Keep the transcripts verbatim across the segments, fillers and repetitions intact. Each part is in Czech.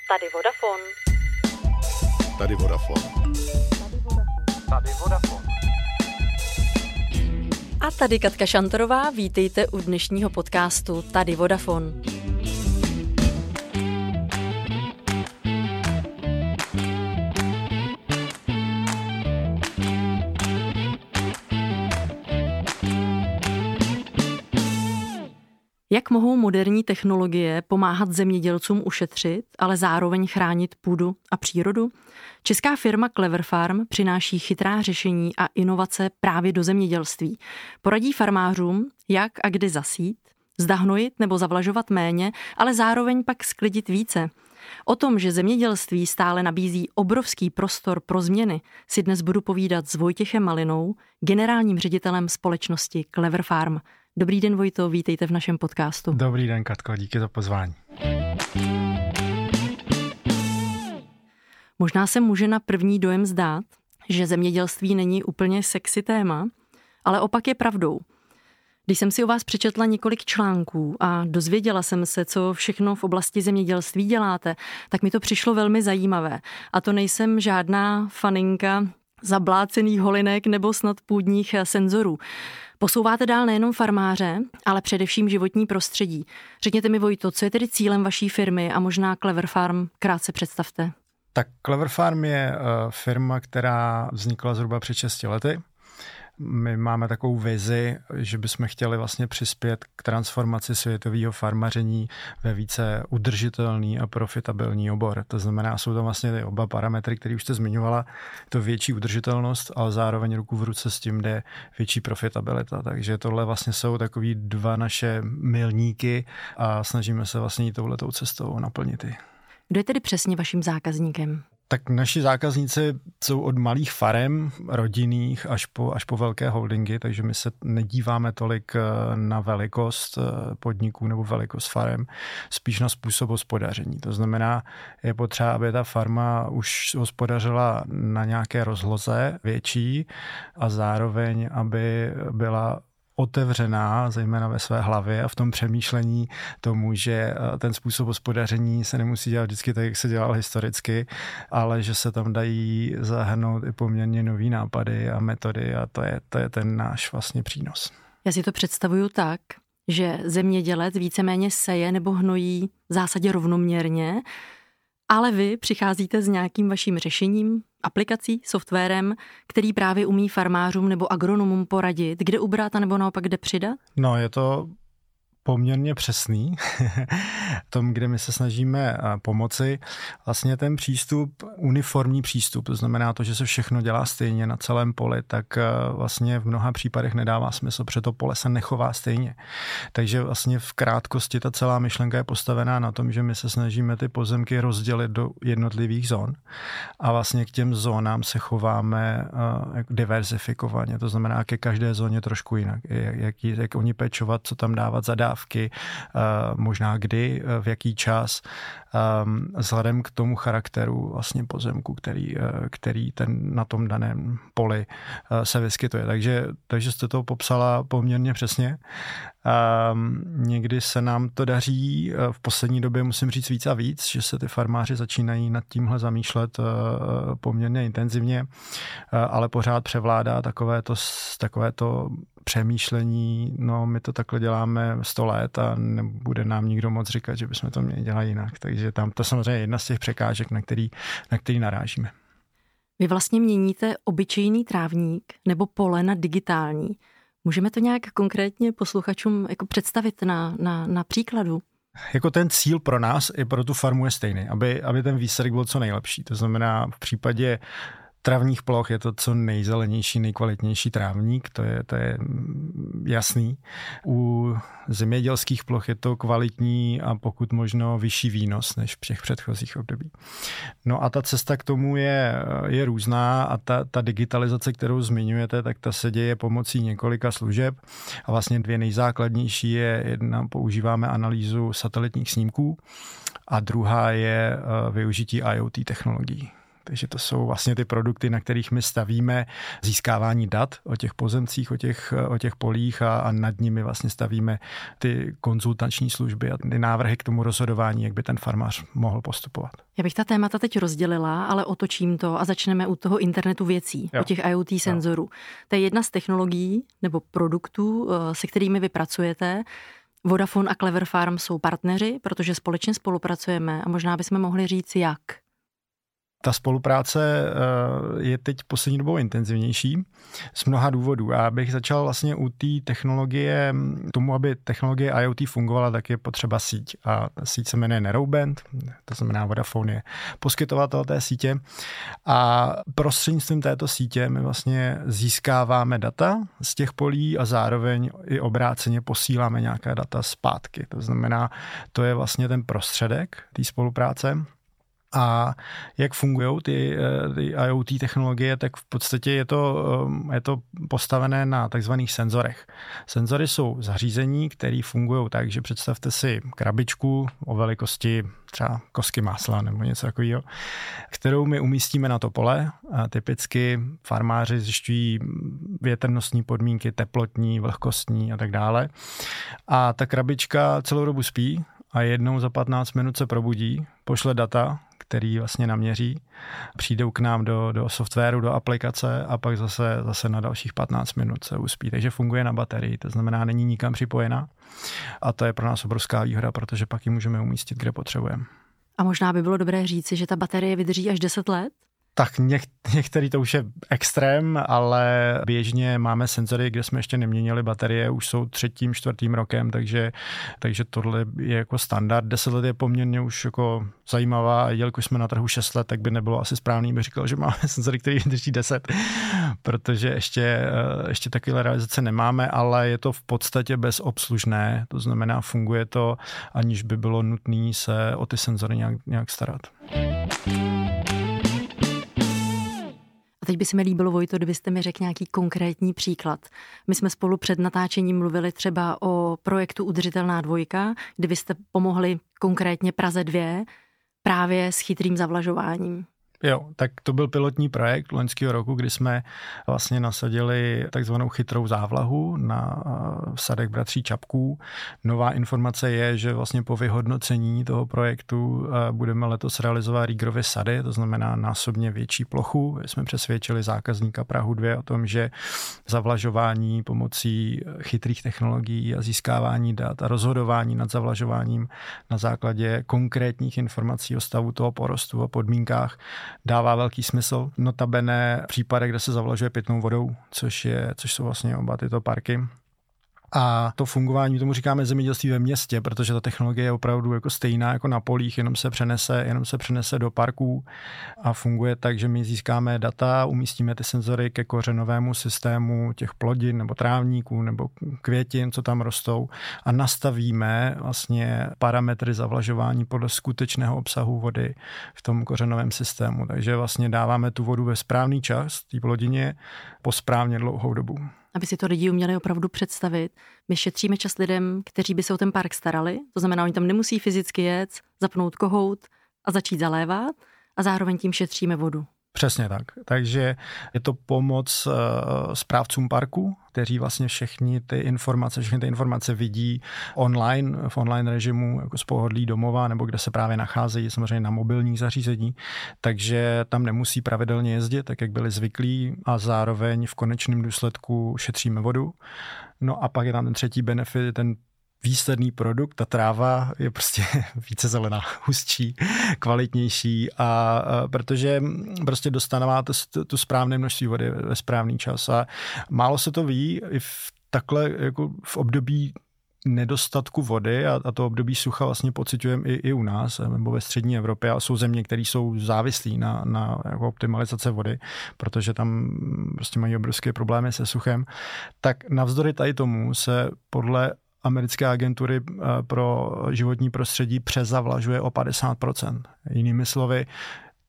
Tady Vodafone. Tady Vodafone. Tady Vodafone. A tady Katka Šantorová, vítejte u dnešního podcastu Tady Vodafone. Jak mohou moderní technologie pomáhat zemědělcům ušetřit, ale zároveň chránit půdu a přírodu? Česká firma Clever Farm přináší chytrá řešení a inovace právě do zemědělství. Poradí farmářům, jak a kdy zasít, zda hnojit nebo zavlažovat méně, ale zároveň pak sklidit více. O tom, že zemědělství stále nabízí obrovský prostor pro změny, si dnes budu povídat s Vojtěchem Malinou, generálním ředitelem společnosti Clever Farm. Dobrý den, Vojto, vítejte v našem podcastu. Dobrý den, Katko, díky za pozvání. Možná se může na první dojem zdát, že zemědělství není úplně sexy téma, ale opak je pravdou. Když jsem si o vás přečetla několik článků a dozvěděla jsem se, co všechno v oblasti zemědělství děláte, tak mi to přišlo velmi zajímavé. A to nejsem žádná faninka zablácených holinek nebo snad půdních senzorů. Posouváte dál nejenom farmáře, ale především životní prostředí. Řekněte mi, Vojto, co je tedy cílem vaší firmy a možná Clever Farm krátce představte. Tak Clever Farm je firma, která vznikla zhruba před šesti lety. My máme takovou vizi, že bychom chtěli vlastně přispět k transformaci světového farmaření ve více udržitelný a profitabilní obor. To znamená, jsou tam vlastně ty oba parametry, které už jste zmiňovala, to větší udržitelnost, ale zároveň ruku v ruce s tím jde větší profitabilita. Takže tohle vlastně jsou takový dva naše milníky a snažíme se vlastně jít touhletou cestou naplnit je. Kdo je tedy přesně vaším zákazníkem? Tak naši zákazníci jsou od malých farem, rodinných, až po, až po velké holdingy, takže my se nedíváme tolik na velikost podniků nebo velikost farem, spíš na způsob hospodaření. To znamená, je potřeba, aby ta farma už hospodařila na nějaké rozloze větší a zároveň, aby byla otevřená, zejména ve své hlavě a v tom přemýšlení tomu, že ten způsob hospodaření se nemusí dělat vždycky tak, jak se dělal historicky, ale že se tam dají zahrnout i poměrně nový nápady a metody a to je, to je ten náš vlastně přínos. Já si to představuju tak, že zemědělec víceméně seje nebo hnojí v zásadě rovnoměrně, ale vy přicházíte s nějakým vaším řešením, aplikací, softwarem, který právě umí farmářům nebo agronomům poradit, kde ubrat a nebo naopak kde přidat? No, je to poměrně přesný tom, kde my se snažíme pomoci. Vlastně ten přístup, uniformní přístup, to znamená to, že se všechno dělá stejně na celém poli, tak vlastně v mnoha případech nedává smysl, protože to pole se nechová stejně. Takže vlastně v krátkosti ta celá myšlenka je postavená na tom, že my se snažíme ty pozemky rozdělit do jednotlivých zón a vlastně k těm zónám se chováme diverzifikovaně, to znamená ke každé zóně trošku jinak, jak, jak, jak oni pečovat, co tam dávat za dávky, možná kdy, v jaký čas, vzhledem k tomu charakteru vlastně pozemku, který, který ten na tom daném poli se vyskytuje. Takže, takže jste to popsala poměrně přesně. Někdy se nám to daří, v poslední době musím říct víc a víc, že se ty farmáři začínají nad tímhle zamýšlet poměrně intenzivně, ale pořád převládá takové to, takové to přemýšlení, no my to takhle děláme sto let a nebude nám nikdo moc říkat, že bychom to měli dělat jinak. Takže tam to samozřejmě je jedna z těch překážek, na který, na který narážíme. Vy vlastně měníte obyčejný trávník nebo pole na digitální. Můžeme to nějak konkrétně posluchačům jako představit na, na, na příkladu? Jako ten cíl pro nás i pro tu farmu je stejný, aby, aby ten výsledek byl co nejlepší. To znamená v případě travních ploch je to co nejzelenější, nejkvalitnější trávník, to je, to je jasný. U zemědělských ploch je to kvalitní a pokud možno vyšší výnos než v těch předchozích období. No a ta cesta k tomu je, je různá a ta, ta digitalizace, kterou zmiňujete, tak ta se děje pomocí několika služeb a vlastně dvě nejzákladnější je jedna, používáme analýzu satelitních snímků a druhá je využití I O T technologií. Takže to jsou vlastně ty produkty, na kterých my stavíme získávání dat o těch pozemcích, o těch, o těch polích a, a nad nimi vlastně stavíme ty konzultační služby a ty návrhy k tomu rozhodování, jak by ten farmář mohl postupovat. Já bych ta témata teď rozdělila, ale otočím to a začneme u toho internetu věcí, jo. U těch IoT senzorů. Jo. To je jedna z technologií nebo produktů, se kterými vy pracujete. Vodafone a Clever Farm jsou partneři, protože společně spolupracujeme a možná bychom mohli říct jak. Ta spolupráce je teď poslední dobou intenzivnější z mnoha důvodů. A abych začal vlastně u té technologie, tomu, aby technologie IoT fungovala, tak je potřeba síť. A ta síť se jmenuje Narrowband, to znamená Vodafone je poskytovatel té sítě. A prostřednictvím této sítě my vlastně získáváme data z těch polí a zároveň i obráceně posíláme nějaká data zpátky. To znamená, to je vlastně ten prostředek té spolupráce. A jak fungují ty, ty IoT technologie, tak v podstatě je to, je to postavené na takzvaných senzorech. Senzory jsou zařízení, které fungují tak, že představte si krabičku o velikosti třeba kosky másla nebo něco takového, kterou my umístíme na to pole. A typicky farmáři zjišťují větrnostní podmínky, teplotní, vlhkostní a tak dále. A ta krabička celou dobu spí a jednou za patnáct minut se probudí, pošle data, který vlastně naměří, přijdou k nám do, do softwaru, do aplikace a pak zase, zase na dalších patnáct minut se uspí. Takže funguje na baterii, to znamená, není nikam připojena a to je pro nás obrovská výhoda, protože pak ji můžeme umístit, kde potřebujeme. A možná by bylo dobré říci, že ta baterie vydrží až deset let? Tak něk, některý to už je extrém, ale běžně máme senzory, kde jsme ještě neměnili baterie, už jsou třetím, čtvrtým rokem, takže, takže tohle je jako standard. Deset let je poměrně už jako zajímavá a jelikož jsme na trhu šest let, tak by nebylo asi správný, bych říkal, že máme senzory, který vydrží deset, protože ještě, ještě takové realizace nemáme, ale je to v podstatě bezobslužné, to znamená, funguje to, aniž by bylo nutné se o ty senzory nějak, nějak starat. Teď by se mi líbilo, Vojto, kdybyste mi řekl nějaký konkrétní příklad. My jsme spolu před natáčením mluvili třeba o projektu Udržitelná dvojka, kdy vy jste pomohli konkrétně Praze dvě právě s chytrým zavlažováním. Jo, tak to byl pilotní projekt loňského roku, kdy jsme vlastně nasadili takzvanou chytrou závlahu na sadek bratří Čapků. Nová informace je, že vlastně po vyhodnocení toho projektu budeme letos realizovat Rýgrovy sady, to znamená násobně větší plochu. Jsme přesvědčili zákazníka Prahu dvě o tom, že zavlažování pomocí chytrých technologií a získávání dat a rozhodování nad zavlažováním na základě konkrétních informací o stavu toho porostu a podmínkách dává velký smysl. Notabene v případech, kde se zavlažuje pitnou vodou, což, je, což jsou vlastně oba tyto parky. A to fungování, tomu říkáme zemědělství ve městě, protože ta technologie je opravdu jako stejná jako na polích, jenom se přenese, jenom se přenese do parků a funguje tak, že my získáme data, umístíme ty senzory ke kořenovému systému těch plodin nebo trávníků nebo květin, co tam rostou a nastavíme vlastně parametry zavlažování podle skutečného obsahu vody v tom kořenovém systému. Takže vlastně dáváme tu vodu ve správný čas té plodině po správně dlouhou dobu. Aby si to lidi uměli opravdu představit. My šetříme čas lidem, kteří by se o ten park starali, to znamená, oni tam nemusí fyzicky jet, zapnout kohout a začít zalévat a zároveň tím šetříme vodu. Přesně tak. Takže je to pomoc uh, správcům parku, kteří vlastně všechny ty informace, všechny ty informace vidí online, v online režimu, jako z pohodlí domova, nebo kde se právě nacházejí, samozřejmě na mobilních zařízení, takže tam nemusí pravidelně jezdit, tak jak byli zvyklí a zároveň v konečném důsledku šetříme vodu. No a pak je tam ten třetí benefit, ten výsledný produkt, ta tráva je prostě více zelená, hustší, kvalitnější a, a protože prostě dostáváte tu správné množství vody ve správný čas a málo se to ví i v takhle jako v období nedostatku vody a, a to období sucha vlastně pociťujeme i, i u nás nebo ve střední Evropě a jsou země, které jsou závislí na, na jako optimalizace vody, protože tam prostě mají obrovské problémy se suchem, tak navzdory tady tomu se podle americké agentury pro životní prostředí přezavlažuje o padesát procent. Jinými slovy,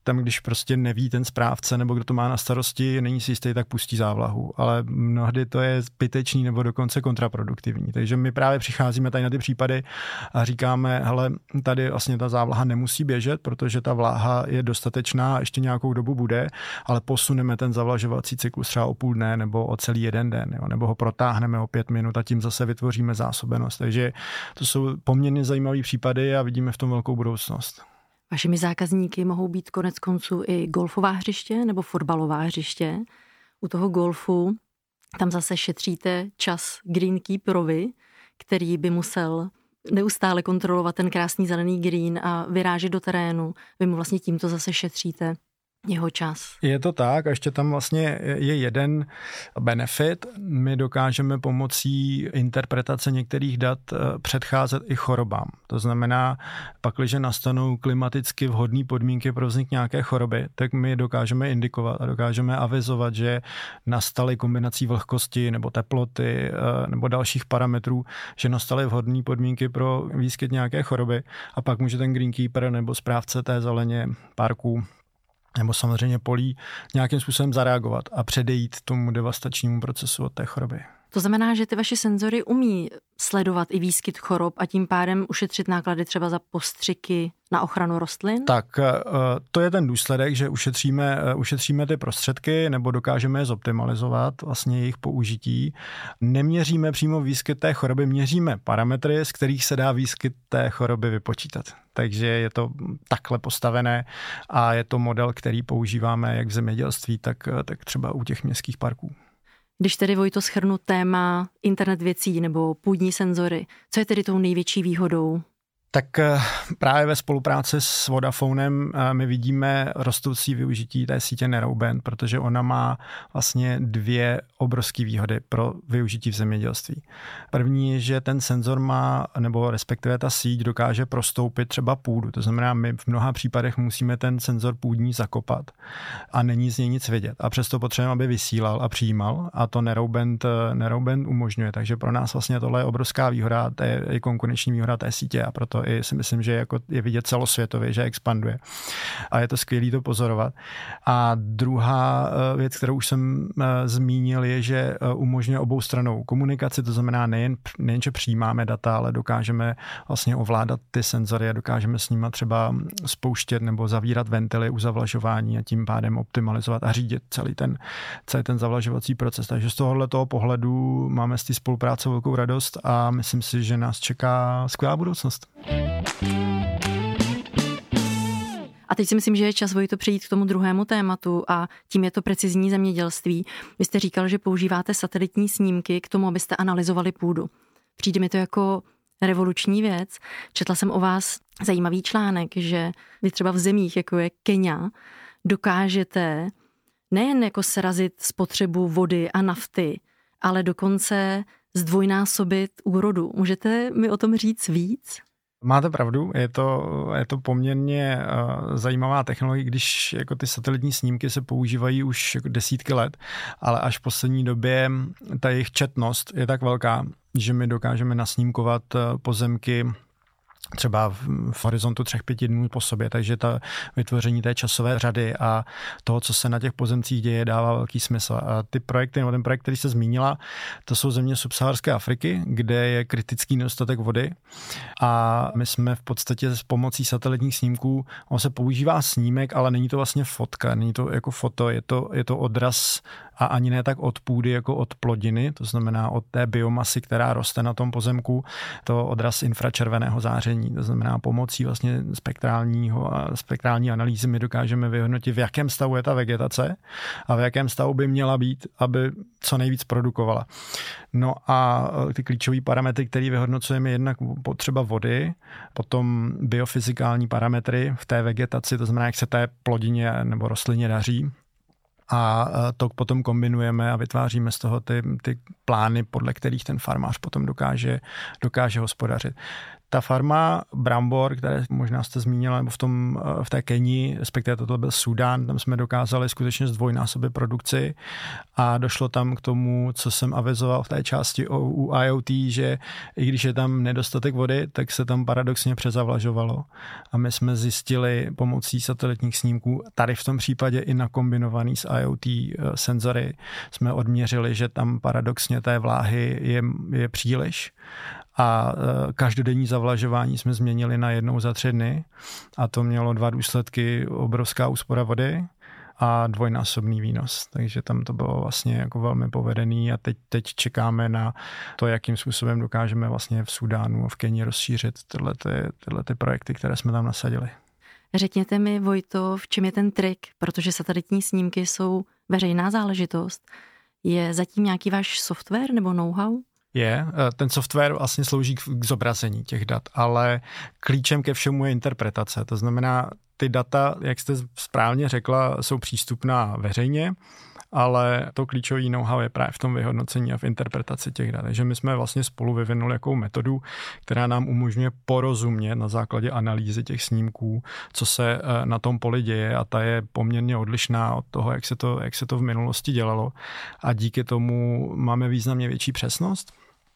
tam, když prostě neví ten správce nebo kdo to má na starosti, není si jistý, tak pustí závlahu. Ale mnohdy to je zbytečný nebo dokonce kontraproduktivní. Takže my právě přicházíme tady na ty případy a říkáme, hele, tady vlastně ta závlaha nemusí běžet, protože ta vláha je dostatečná a ještě nějakou dobu bude, ale posuneme ten zavlažovací cyklus třeba o půl dne nebo o celý jeden den, jo, nebo ho protáhneme o pět minut a tím zase vytvoříme zásobenost. Takže to jsou poměrně zajímavé případy a vidíme v tom velkou budoucnost. Vašimi zákazníky mohou být konec konců i golfová hřiště nebo fotbalová hřiště. U toho golfu tam zase šetříte čas greenkeeperovi, který by musel neustále kontrolovat ten krásný zelený green a vyrážet do terénu. Vy mu vlastně tímto zase šetříte jeho čas. Je to tak a ještě tam vlastně je jeden benefit. My dokážeme pomocí interpretace některých dat předcházet i chorobám. To znamená, pakliže nastanou klimaticky vhodné podmínky pro vznik nějaké choroby, tak my dokážeme indikovat a dokážeme avizovat, že nastaly kombinací vlhkosti nebo teploty nebo dalších parametrů, že nastaly vhodné podmínky pro výskyt nějaké choroby a pak může ten greenkeeper nebo správce té zeleně parku nebo samozřejmě polí nějakým způsobem zareagovat a předejít tomu devastačnímu procesu od té choroby. To znamená, že ty vaše senzory umí sledovat i výskyt chorob a tím pádem ušetřit náklady třeba za postřiky na ochranu rostlin? Tak to je ten důsledek, že ušetříme, ušetříme ty prostředky nebo dokážeme je zoptimalizovat, vlastně jejich použití. Neměříme přímo výskyt té choroby, měříme parametry, z kterých se dá výskyt té choroby vypočítat. Takže je to takhle postavené a je to model, který používáme jak v zemědělství, tak, tak třeba u těch městských parků. Když tedy, Vojto, shrnu téma internet věcí nebo půdní senzory, co je tedy tou největší výhodou? Tak právě ve spolupráci s Vodafonem my vidíme rostoucí využití té sítě Narrowband, protože ona má vlastně dvě obrovské výhody pro využití v zemědělství. První je, že ten senzor má, nebo respektive ta síť dokáže prostoupit třeba půdu. To znamená, my v mnoha případech musíme ten senzor půdní zakopat a není z něj nic vidět. A přesto potřebujeme, aby vysílal a přijímal a to Narrowband, Narrowband umožňuje. Takže pro nás vlastně tohle je obrovská výhoda, to je i konkurenční výhoda té sítě a proto i si myslím, že jako je vidět celosvětově, že expanduje. A je to skvělé to pozorovat. A druhá věc, kterou už jsem zmínil, je, že umožňuje oboustrannou komunikaci, to znamená nejen, nejen, že přijímáme data, ale dokážeme vlastně ovládat ty senzory a dokážeme s nimi třeba spouštět nebo zavírat ventily u zavlažování a tím pádem optimalizovat a řídit celý ten, celý ten zavlažovací proces. Takže z tohoto pohledu máme z té spolupráce velkou radost a myslím si, že nás čeká skvělá budoucnost. A teď si myslím, že je čas, Vojto, přejít k tomu druhému tématu a tím je to precizní zemědělství. Vy jste říkal, že používáte satelitní snímky k tomu, abyste analyzovali půdu. Přijde mi to jako revoluční věc. Četla jsem o vás zajímavý článek, že vy třeba v zemích, jako je Kenya, dokážete nejen jako srazit spotřebu vody a nafty, ale dokonce zdvojnásobit úrodu. Můžete mi o tom říct víc? Máte pravdu, je to, je to poměrně uh, zajímavá technologie, když jako ty satelitní snímky se používají už jako desítky let, ale až v poslední době ta jejich četnost je tak velká, že my dokážeme nasnímkovat pozemky třeba v horizontu třech, pěti dnů po sobě, takže ta vytvoření té časové řady a toho, co se na těch pozemcích děje, dává velký smysl. A ty projekty, nebo ten projekt, který se zmínila, to jsou země subsaharské Afriky, kde je kritický nedostatek vody a my jsme v podstatě s pomocí satelitních snímků, on se používá snímek, ale není to vlastně fotka, není to jako foto, je to, je to odraz a ani ne tak od půdy, jako od plodiny, to znamená od té biomasy, která roste na tom pozemku, to odraz infračerveného záření, to znamená pomocí vlastně spektrálního a spektrální analýzy my dokážeme vyhodnotit, v jakém stavu je ta vegetace a v jakém stavu by měla být, aby co nejvíc produkovala. No a ty klíčové parametry, které vyhodnocujeme, jednak potřeba vody, potom biofyzikální parametry v té vegetaci, to znamená, jak se té plodině nebo rostlině daří. A to potom kombinujeme a vytváříme z toho ty, ty plány, podle kterých ten farmář potom dokáže, dokáže hospodařit. Ta farma brambor, které možná jste zmínila, nebo v, tom, v té Keni, respektive toto byl Súdán, tam jsme dokázali skutečně zdvojnásobit produkci a došlo tam k tomu, co jsem avizoval v té části o, u I O T, že i když je tam nedostatek vody, tak se tam paradoxně přezavlažovalo. A my jsme zjistili pomocí satelitních snímků, tady v tom případě i nakombinovaný s I O T senzory, jsme odměřili, že tam paradoxně té vláhy je, je příliš. A každodenní zavlažování jsme změnili na jednou za tři dny a to mělo dva důsledky, obrovská úspora vody a dvojnásobný výnos. Takže tam to bylo vlastně jako velmi povedený a teď, teď čekáme na to, jakým způsobem dokážeme vlastně v Súdánu a v Keni rozšířit tyhle, ty, tyhle ty projekty, které jsme tam nasadili. Řekněte mi, Vojto, v čem je ten trik, protože satelitní snímky jsou veřejná záležitost. Je zatím nějaký váš software nebo know-how? Je, ten software vlastně slouží k zobrazení těch dat, ale klíčem ke všemu je interpretace. To znamená, ty data, jak jste správně řekla, jsou přístupná veřejně, ale to klíčový know-how je právě v tom vyhodnocení a v interpretaci těch dat. Takže my jsme vlastně spolu vyvinuli jakou metodu, která nám umožňuje porozumět na základě analýzy těch snímků, co se na tom poli děje a ta je poměrně odlišná od toho, jak se to, jak se to v minulosti dělalo a díky tomu máme významně větší přesnost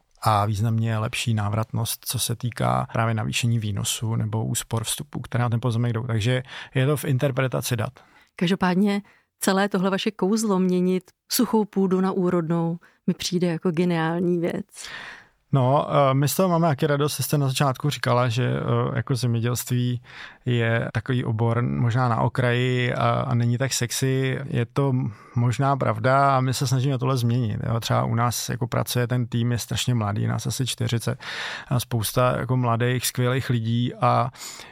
a významně lepší návratnost, co se týká právě navýšení výnosu nebo úspor vstupu, které na ten pozemek jdou. Takže je to v interpretaci dat. Každopádně celé tohle vaše kouzlo měnit suchou půdu na úrodnou mi přijde jako geniální věc. No, my z toho máme taky radost, jste na začátku říkala, že jako zemědělství je takový obor možná na okraji a, a není tak sexy. Je to možná pravda a my se snažíme tohle změnit. Jo. Třeba u nás jako pracuje ten tým, je strašně mladý, nás asi čtyřicet a spousta jako mladých, skvělých lidí a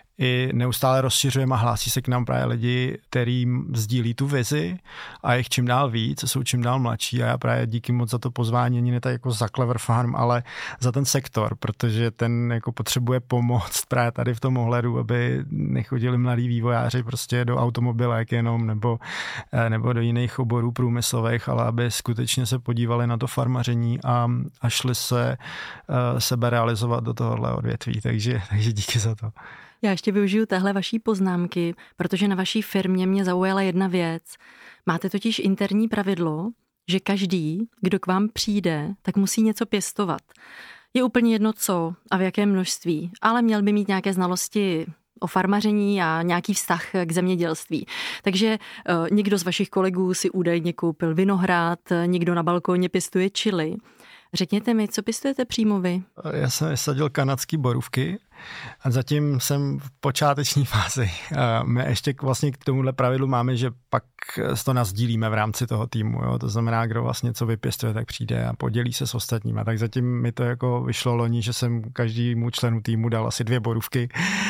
i neustále rozšiřujeme a hlásí se k nám právě lidi, kterým sdílí tu vizi a jich čím dál víc, jsou čím dál mladší a já právě díky moc za to pozvání, ani ne tak jako za Clever Farm, ale za ten sektor, protože ten jako potřebuje pomoc právě tady v tom ohledu, aby nechodili mladí vývojáři prostě do automobilek jenom nebo, nebo do jiných oborů průmyslových, ale aby skutečně se podívali na to farmaření a, a šli se uh, sebe realizovat do tohohle odvětví, takže, takže díky za to. Já ještě využiju téhle vaší poznámky, protože na vaší firmě mě zaujala jedna věc. Máte totiž interní pravidlo, že každý, kdo k vám přijde, tak musí něco pěstovat. Je úplně jedno co a v jakém množství, ale měl by mít nějaké znalosti o farmaření a nějaký vztah k zemědělství. Takže uh, někdo z vašich kolegů si údajně koupil vinohrad, někdo na balkóně pěstuje čili. Řekněte mi, co pěstujete přímo vy? Já jsem vysadil kanadský borůvky a zatím jsem v počáteční fázi. My ještě vlastně k tomuhle pravidlu máme, že pak to nasdílíme v rámci toho týmu. Jo? To znamená, kdo vlastně co vypěstuje, tak přijde a podělí se s ostatníma. Tak zatím mi to jako vyšlo loni, že jsem každému členu týmu dal asi dvě borůvky,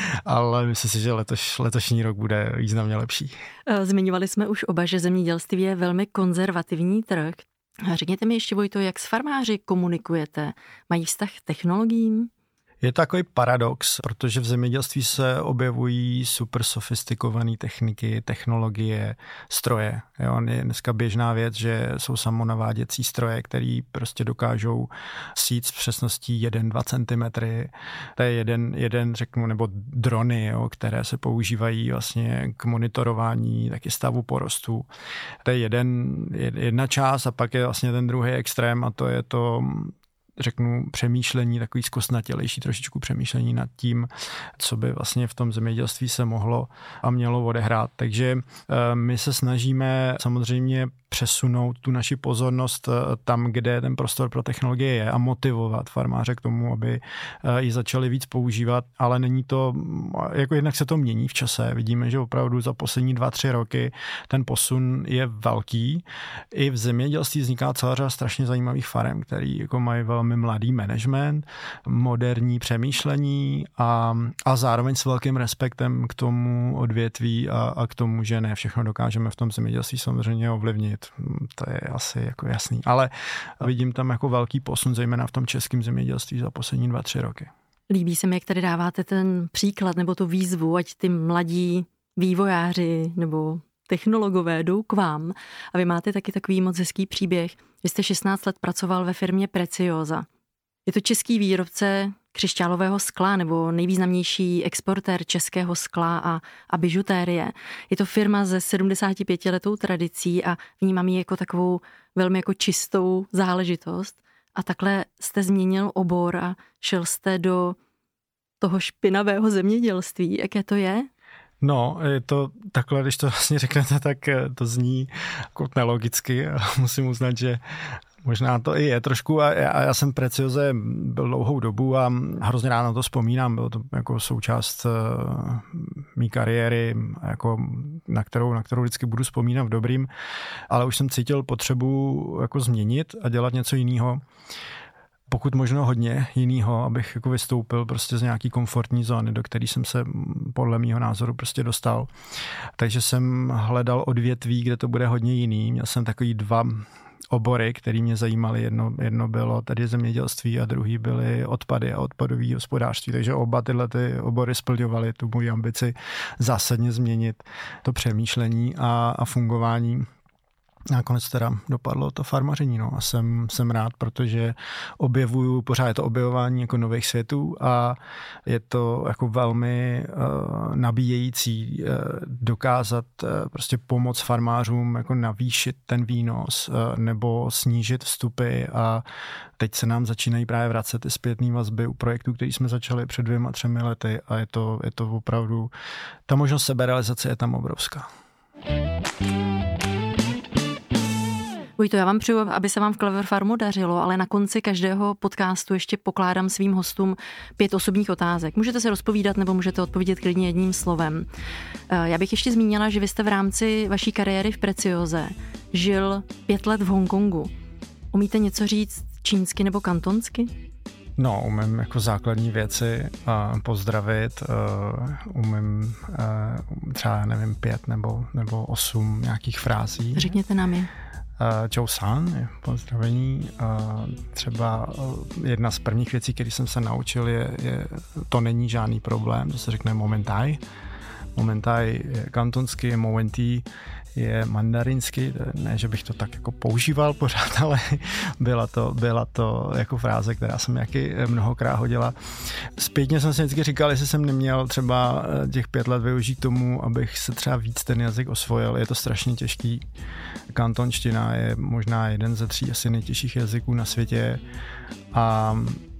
ale myslím si, že letoš, letošní rok bude významně lepší. Zmiňovali jsme už oba, že zemědělství je velmi konzervativní trh. Řekněte mi ještě, Vojto, jak s farmáři komunikujete? Mají vztah k technologiím? Je to takový paradox, protože v zemědělství se objevují super sofistikované techniky, technologie, stroje. Jo, je dneska běžná věc, že jsou samonaváděcí stroje, které prostě dokážou sít s přesností jedna až dva centimetry. To je jeden, jeden řeknu, nebo drony, jo, které se používají vlastně k monitorování taky stavu porostu. To je jeden, jedna část a pak je vlastně ten druhý extrém a to je to, řeknu, přemýšlení, takový zkostnatělejší trošičku přemýšlení nad tím, co by vlastně v tom zemědělství se mohlo a mělo odehrát. Takže my se snažíme samozřejmě přesunout tu naši pozornost tam, kde ten prostor pro technologie je a motivovat farmáře k tomu, aby ji začali víc používat, ale není to, jako jednak se to mění v čase. Vidíme, že opravdu za poslední dva, tři roky ten posun je velký. I v zemědělství vzniká celá řada strašně zajímavých farem, který jako mají velmi mladý management, moderní přemýšlení a, a zároveň s velkým respektem k tomu odvětví a, a k tomu, že ne všechno dokážeme v tom zemědělství samozřejmě ovlivnit. To je asi jako jasný. Ale vidím tam jako velký posun, zejména v tom českém zemědělství za poslední dva, tři roky. Líbí se mi, jak tady dáváte ten příklad nebo tu výzvu, ať ty mladí vývojáři nebo technologové jdou k vám. A vy máte taky takový moc hezký příběh. Vy jste šestnáct let pracoval ve firmě Preciosa. Je to český výrobce křišťálového skla nebo nejvýznamnější exportér českého skla a, a bižutérie. Je to firma se sedmdesátipětiletou tradicí a vnímám ji jako takovou velmi jako čistou záležitost. A takhle jste změnil obor a šel jste do toho špinavého zemědělství. Jaké to je? No, je to takhle, když to vlastně řeknete, tak to zní jako nelogicky a musím uznat, že možná to i je trošku a já, já jsem Precioze byl dlouhou dobu a hrozně rád na to vzpomínám, bylo to jako součást uh, mý kariéry, jako na kterou, na kterou vždycky budu vzpomínat v dobrým, ale už jsem cítil potřebu jako změnit a dělat něco jiného. Pokud možno hodně jinýho, abych jako vystoupil prostě z nějaký komfortní zóny, do které jsem se podle mýho názoru prostě dostal. Takže jsem hledal odvětví, kde to bude hodně jiný. Měl jsem takový dva obory, které mě zajímaly. Jedno, jedno bylo tady zemědělství a druhý byly odpady a odpadové hospodářství. Takže oba tyhle ty obory splňovaly tu moji ambici zásadně změnit to přemýšlení a, a fungování. Nakonec teda dopadlo to farmaření, no a jsem, jsem rád, protože objevuju, pořád je to objevování jako nových světů a je to jako velmi uh, nabíjející uh, dokázat uh, prostě pomoct farmářům jako navýšit ten výnos uh, nebo snížit vstupy a teď se nám začínají právě vracet ty zpětné vazby u projektů, který jsme začali před dvěma, třemi lety a je to, je to opravdu, ta možnost seberealizace je tam obrovská. Vojto, já vám přeju, aby se vám v Clever Farmu dařilo, ale na konci každého podcastu ještě pokládám svým hostům pět osobních otázek. Můžete se rozpovídat nebo můžete odpovědět klidně jedním slovem. Já bych ještě zmínila, že vy jste v rámci vaší kariéry v Precioze žil pět let v Hongkongu. Umíte něco říct čínsky nebo kantonsky? No, umím jako základní věci uh, pozdravit, uh, umím uh, třeba, nevím, pět nebo, nebo osm nějakých frází. Řekněte nám je. Čau san, pozdravení. Třeba jedna z prvních věcí, které jsem se naučil, je, je to není žádný problém, to se řekne momentaj. Momentaj je kantonsky, momentí je mandarinsky, ne, že bych to tak jako používal pořád, ale byla to, byla to jako fráze, která jsem jaký mnohokrát hodila. Zpětně jsem si vždycky říkal, jestli jsem neměl třeba těch pět let využít tomu, abych se třeba víc ten jazyk osvojil. Je to strašně těžký. Kantonština je možná jeden ze tří asi nejtěžších jazyků na světě a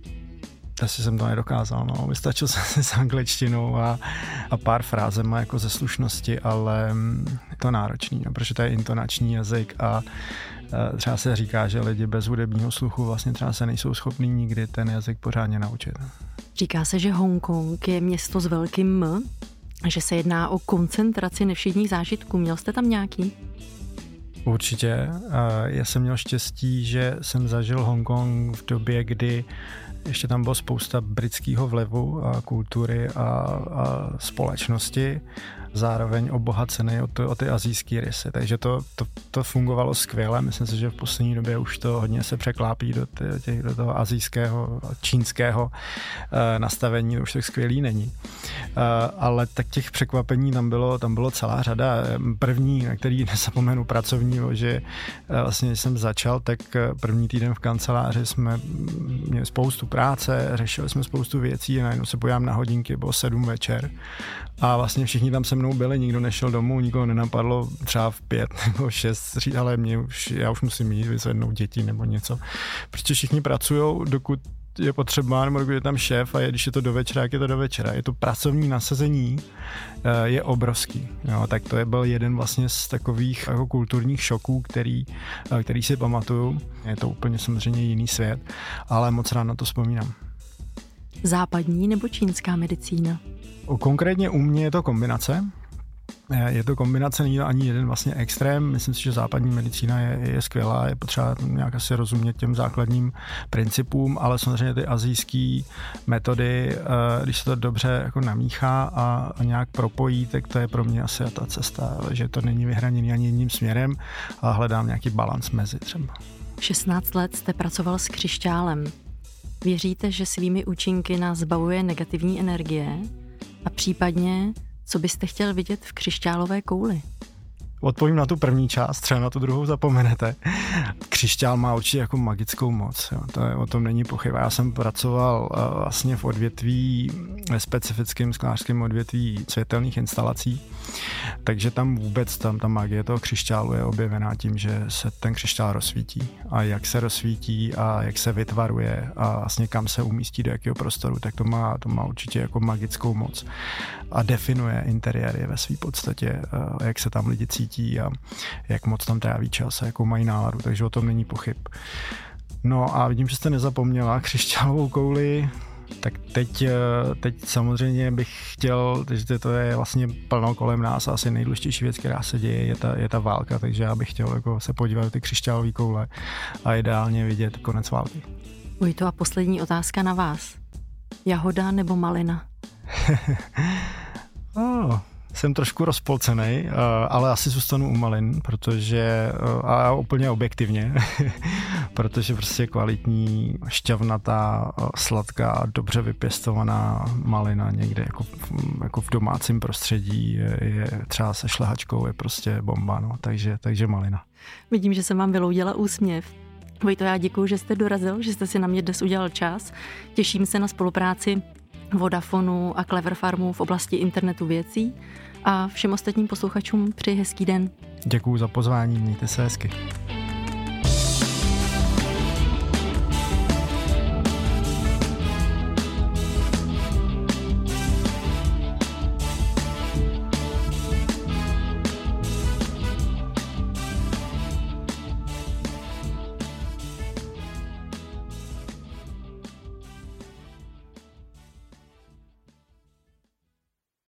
asi jsem to nedokázal, no. Vystačil jsem si s angličtinou a, a pár frázema jako ze slušnosti, ale je to náročný, no, protože to je intonační jazyk a, a třeba se říká, že lidi bez hudebního sluchu vlastně třeba se nejsou schopní nikdy ten jazyk pořádně naučit. Říká se, že Hongkong je město s velkým M, že se jedná o koncentraci nevšedních zážitků. Měl jste tam nějaký? Určitě. Já jsem měl štěstí, že jsem zažil Hongkong v době, kdy ještě tam bylo spousta britského vlivu a kultury a, a společnosti, zároveň obohacený o, to, o ty asijské rysy. Takže to, to, to fungovalo skvěle. Myslím si, že v poslední době už to hodně se překlápí do, těch, do toho asijského, čínského uh, nastavení. To už tak skvělý není. Uh, ale tak těch překvapení tam bylo, tam bylo celá řada. První, na který nezapomenu pracovní, že uh, vlastně, když jsem začal, tak první týden v kanceláři jsme měli spoustu práce, řešili jsme spoustu věcí a najednou se podívám na hodinky, bylo sedm večer a vlastně všichni tam se mnou byli, nikdo nešel domů, nikoho nenapadlo třeba v pět nebo šest říct, ale mě už, já už musím jít vyzvednout děti nebo něco. Prostě všichni pracujou, dokud je potřeba, nebo dokud je tam šéf a je, když je to do večera, jak je to do večera. Je to pracovní nasazení, je obrovský. Jo, tak to je byl jeden vlastně z takových jako kulturních šoků, který, který si pamatuju. Je to úplně samozřejmě jiný svět, ale moc rád na to vzpomínám. Západní nebo čínská medicína? Konkrétně u mě je to kombinace. Je to kombinace, není to ani jeden vlastně extrém. Myslím si, že západní medicína je, je skvělá, je potřeba nějak asi rozumět těm základním principům, ale samozřejmě ty asijské metody, když se to dobře jako namíchá a, a nějak propojí, tak to je pro mě asi ta cesta, že to není vyhraněný ani jedním směrem, ale hledám nějaký balans mezi třeba. šestnáct let jste pracoval s křišťálem. Věříte, že svými účinky nás zbavuje negativní energie? A případně, co byste chtěl vidět v křišťálové kouli? Odpovím na tu první část, třeba na tu druhou zapomenete. Křišťál má určitě jako magickou moc, jo. To je, o tom není pochyba. Já jsem pracoval uh, vlastně v odvětví, ve specifickém sklářském odvětví světelných instalací, takže tam vůbec tam ta magie toho křišťálu je objevená tím, že se ten křišťál rozsvítí a jak se rozsvítí a jak se vytvaruje a vlastně kam se umístí do jakého prostoru, tak to má, to má určitě jako magickou moc a definuje interiéry ve své podstatě, uh, jak se tam lidi cítí a jak moc tam tráví čas a jakou mají náladu, takže o tom není pochyb. No a vidím, že jste nezapomněla křišťálovou kouli, tak teď, teď samozřejmě bych chtěl, že to je vlastně plno kolem nás a asi nejdůležitější věc, která se děje, je ta, je ta válka, takže já bych chtěl jako se podívat do ty křišťálové koule a ideálně vidět konec války. Vojto, a poslední otázka na vás. Jahoda nebo malina? oh. Jsem trošku rozpolcený, ale asi zůstanu u malin, protože, a úplně objektivně, protože prostě kvalitní, šťavnatá, sladká, dobře vypěstovaná malina někde jako, jako v domácím prostředí je, je třeba se šlehačkou je prostě bomba, no, takže, takže malina. Vidím, že jsem vám vyloudila úsměv. Vojto, já děkuju, že jste dorazil, že jste si na mě dnes udělal čas. Těším se na spolupráci Vodafonu a Clever Farmu v oblasti internetu věcí a všem ostatním posluchačům přeji hezký den. Děkuju za pozvání, mějte se hezky.